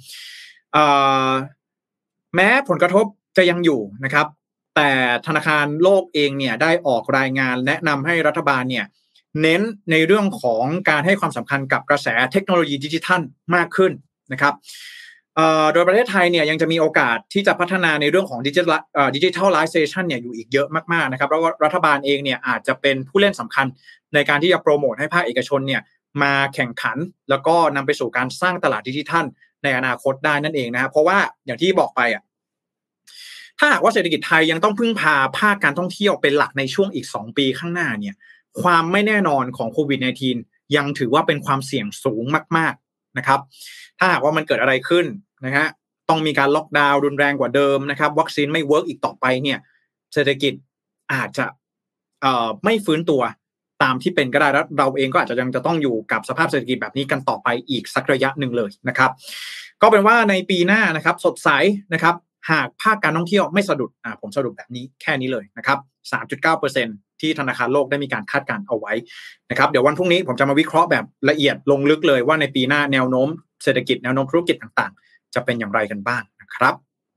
แม้ผลกระทบจะยังอยู่นะครับแต่ธนาคารโลกเองเนี่ยได้ออกรายงานแนะนำให้รัฐบาลเนี่ยเน้นในเรื่องของการให้ความสำคัญกับกระแสเทคโนโลยีดิจิทัลมากขึ้นนะครับโดยประเทศไทยเนี่ยยังจะมีโอกาสที่จะพัฒนาในเรื่องของDigitalization เนี่ยอยู่อีกเยอะมากๆนะครับแล้วก็รัฐบาลเองเนี่ยอาจจะเป็นผู้เล่นสำคัญในการที่จะโปรโมทให้ภาคเอกชนเนี่ยมาแข่งขันแล้วก็นำไปสู่การสร้างตลาดดิจิทัลในอนาคตได้นั่นเองนะครับเพราะว่าอย่างที่บอกไปถ้าหากว่าเศรษฐกิจไทยยังต้องพึ่งพาภาคการท่องเที่ยวเป็นหลักในช่วงอีก2ปีข้างหน้าเนี่ยความไม่แน่นอนของโควิด -19 ยังถือว่าเป็นความเสี่ยงสูงมากๆนะครับถ้าหากว่ามันเกิดอะไรขึ้นนะฮะต้องมีการล็อกดาวน์รุนแรงกว่าเดิมนะครับวัคซีนไม่เวิร์กอีกต่อไปเนี่ยเศรษฐกิจอาจจะไม่ฟื้นตัวตามที่เป็นก็ได้แล้วเราเองก็อาจจะยังจะต้องอยู่กับสภาพเศรษฐกิจแบบนี้กันต่อไปอีกสักระยะหนึ่งเลยนะครับก็เป็นว่าในปีหน้านะครับสดใสนะครับหากภาคการท่องเที่ยวไม่สะดุดผมสรุปแบบนี้แค่นี้เลยนะครับ 3.9% ที่ธนาคารโลกได้มีการคาดการณ์เอาไว้นะครับเดี๋ยววันพรุ่งนี้ผมจะมาวิเคราะห์แบบละเอียดลงลึกเลยว่าในปีหน้าแนวโน้มเศรษฐกิจแนวโน้มธุรกิจต่างๆจะเป็นอย่างไรกันบ้างนะครับ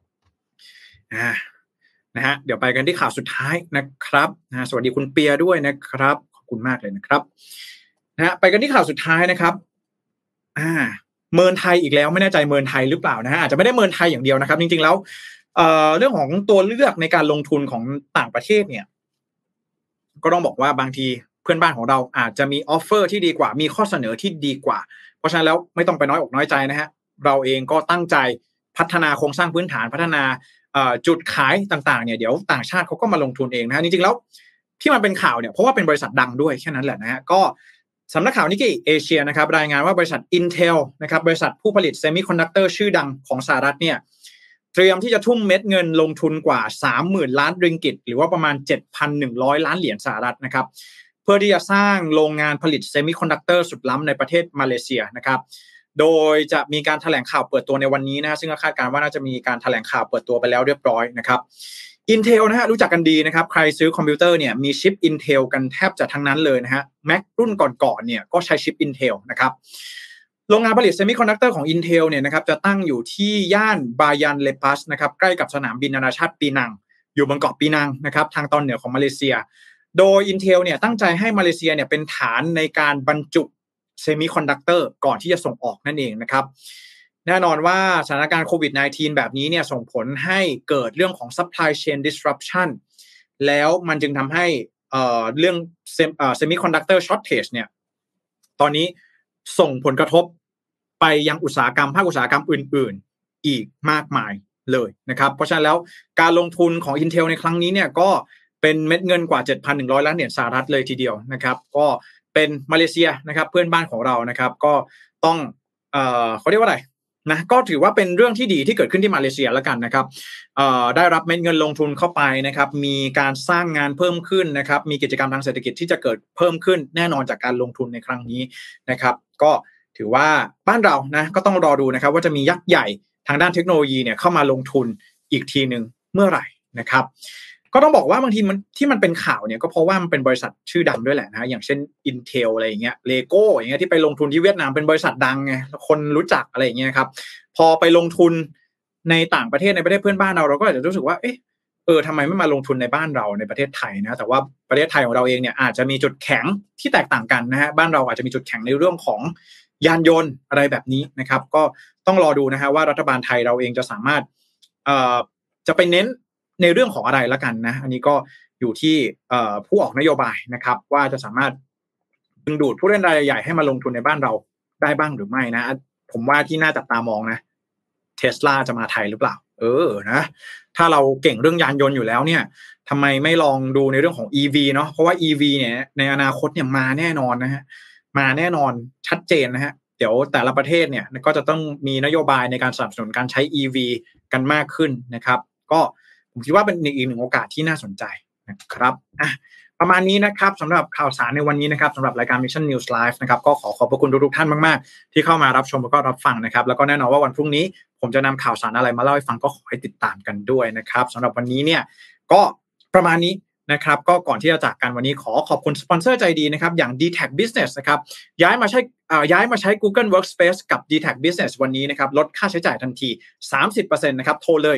นะฮะเดี๋ยวไปกันที่ข่าวสุดท้ายนะครับสวัสดีคุณเปียด้วยนะครับขอบคุณมากเลยนะครับนะฮะไปกันที่ข่าวสุดท้ายนะครับเมินไทยอีกแล้วไม่แน่ใจเมินไทยหรือเปล่านะฮะอาจจะไม่ได้เมินไทยอย่างเดียวนะครับจริงๆแล้วเรื่องของตัวเลือกในการลงทุนของต่างประเทศเนี่ยก็ต้องบอกว่าบางทีเพื่อนบ้านของเราอาจจะมีออฟเฟอร์ที่ดีกว่ามีข้อเสนอที่ดีกว่าเพราะฉะนั้นแล้วไม่ต้องไปน้อยอกน้อยใจนะฮะเราเองก็ตั้งใจพัฒนาโครงสร้างพื้นฐานพัฒนาจุดขายต่างๆเนี่ยเดี๋ยวต่างชาติเขาก็มาลงทุนเองนะฮะจริงๆแล้วที่มันเป็นข่าวเนี่ยเพราะว่าเป็นบริษัทดังด้วยแค่นั้นแหละนะฮะก็สำนักข่าวนิกเกิเอเชียนะครับรายงานว่าบริษัท Intel นะครับบริษัทผู้ผลิตเซมิคอนดักเตอร์ชื่อดังของสหรัฐเนี่ยเตรียมที่จะทุ่มเม็ดเงินลงทุนกว่า 30,000 ล้านริงกิตหรือว่าประมาณ 7,100 ล้านเหรียญสหรัฐนะครับเพื่อที่จะสร้างโรงงานผลิตเซมิคอนดักเตอร์สุดล้ำในประเทศมาเลเซียนะครับโดยจะมีการแถลงข่าวเปิดตัวในวันนี้นะซึ่งคาดการณ์ว่าน่าจะมีการแถลงข่าวเปิดตัวไปแล้วเรียบร้อยนะครับ Intel นะฮะรู้จักกันดีนะครับใครซื้อคอมพิวเตอร์เนี่ยมีชิป Intel กันแทบจะทั้งนั้นเลยนะฮะ Mac รุ่นก่อนๆเนี่ยก็ใช้ชิป Intel นะครับโรงงานผลิตเซมิคอนดักเตอร์ของ Intel เนี่ยนะครับจะตั้งอยู่ที่ย่านบายันเลปัสนะครับใกล้กับสนามบินนานาชาติปีนังอยู่บนเกาะปีนังนะครับทางตอนเหนือของมาเลเซียโดย Intel เนี่ยตั้งใจให้มาเลเซียเนี่ยเป็นฐานในการบรรจุเซมิคอนดักเตอร์ก่อนที่จะส่งออกนั่นเองนะครับแน่นอนว่าสถานการณ์โควิด -19 แบบนี้เนี่ยส่งผลให้เกิดเรื่องของ supply chain disruption แล้วมันจึงทำให้เรื่องsemiconductor shortage เนี่ยตอนนี้ส่งผลกระทบไปยังอุตสาหกรรมภาคอุตสาหกรรมอื่นๆอีกมากมายเลยนะครับเพราะฉะนั้นแล้วการลงทุนของ Intel ในครั้งนี้เนี่ยก็เป็นเม็ดเงินกว่า 7,100 ล้านเหรียญสหรัฐเลยทีเดียวนะครับก็เป็นมาเลเซียนะครับเพื่อนบ้านของเรานะครับก็ต้องเขาเรียกว่าอะไรนะก็ถือว่าเป็นเรื่องที่ดีที่เกิดขึ้นที่มาเลเซียแล้วกันนะครับได้รับเม็ดเงินลงทุนเข้าไปนะครับมีการสร้างงานเพิ่มขึ้นนะครับมีกิจกรรมทางเศรษฐกิจที่จะเกิดเพิ่มขึ้นแน่นอนจากการลงทุนในครั้งนี้นะครับก็ถือว่าบ้านเรานะก็ต้องรอดูนะครับว่าจะมียักษ์ใหญ่ทางด้านเทคโนโลยีเนี่ยเข้ามาลงทุนอีกทีนึงเมื่อไหร่นะครับก็ต้องบอกว่าบางทีมันที่มันเป็นข่าวเนี่ยก็เพราะว่ามันเป็นบริษัทชื่อดังด้วยแหละนะอย่างเช่น Intel อะไรอย่างเงี้ย Lego อย่างเงี้ยที่ไปลงทุนที่เวียดนามเป็นบริษัทดังไงคนรู้จักอะไรอย่างเงี้ยครับพอไปลงทุนในต่างประเทศในประเทศเพื่อนบ้านเราก็อาจจะรู้สึกว่าทำไมไม่มาลงทุนในบ้านเราในประเทศไทยนะแต่ว่าประเทศไทยของเราเองเนี่ยอาจจะมีจุดแข็งที่แตกต่างกันนะฮะบ้านเราอาจจะมีจุดแข็งในเรื่องของยานยนต์อะไรแบบนี้นะครับก็ต้องรอดูนะฮะว่ารัฐบาลไทยเราเองจะสามารถจะไปเน้นในเรื่องของอะไรละกันนะอันนี้ก็อยู่ที่ผู้ออกนโยบายนะครับว่าจะสามารถดึงดูดผู้เล่นรายใหญ่ให้มาลงทุนในบ้านเราได้บ้างหรือไม่นะผมว่าที่น่าจับตามองนะ Tesla จะมาไทยหรือเปล่านะถ้าเราเก่งเรื่องยานยนต์อยู่แล้วเนี่ยทำไมไม่ลองดูในเรื่องของ EV เนาะเพราะว่า EV เนี่ยในอนาคตเนี่ยมาแน่นอนนะฮะมาแน่นอนชัดเจนนะฮะเดี๋ยวแต่ละประเทศเนี่ยก็จะต้องมีนโยบายในการสนับสนุนการใช้ EV กันมากขึ้นนะครับก็ผมคิดว่าเป็นอีกหนึ่งโอกาสที่น่าสนใจนะครับประมาณนี้นะครับสำหรับข่าวสารในวันนี้นะครับสำหรับรายการ Mission News Live นะครับก็ขอบพระคุณทุกท่านมากๆที่เข้ามารับชมแล้วก็รับฟังนะครับแล้วก็แน่นอนว่าวันพรุ่งนี้ผมจะนำข่าวสารอะไรมาเล่าให้ฟังก็ขอให้ติดตามกันด้วยนะครับสำหรับวันนี้เนี่ยก็ประมาณนี้นะครับก็ก่อนที่จะจากกันวันนี้ขอบคุณสปอนเซอร์ใจดีนะครับอย่าง DTAC Business นะครับย้ายมาใช้ Google Workspace กับ DTAC Business วันนี้นะครับลดค่าใช้จ่ายทันที 30% นะครับโทรเลย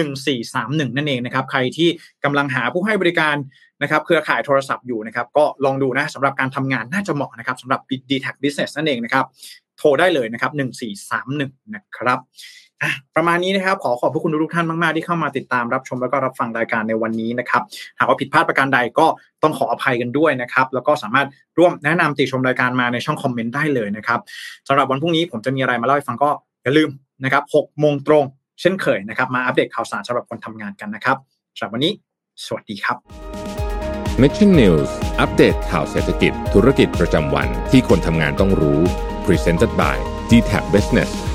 1431นั่นเองนะครับใครที่กำลังหาผู้ให้บริการนะครับเครือข่ายโทรศัพท์อยู่นะครับก็ลองดูนะสำหรับการทำงานน่าจะเหมาะนะครับสำหรับ DTAC Business นั่นเองนะครับโทรได้เลยนะครับ1431นะครับประมาณนี้นะครับขอบพระคุณทุกท่านมากๆที่เข้ามาติดตามรับชมแล้วก็รับฟังรายการในวันนี้นะครับหากว่าผิดพลาดประการใดก็ต้องขออภัยกันด้วยนะครับแล้วก็สามารถร่วมแนะนำติชมรายการมาในช่องคอมเมนต์ได้เลยนะครับสำหรับวันพรุ่งนี้ผมจะมีอะไรมาเล่าให้ฟังก็อย่าลืมนะครับ 6:00 นตรงเช่นเคยนะครับมาอัปเดตข่าวสารสำหรับคนทำงานกันนะครับสำหรับวันนี้สวัสดีครับ Mission News อัปเดตข่าวเศรษฐกิจธุรกิจประจำวันที่คนทำงานต้องรู้ Presented by DTAC Business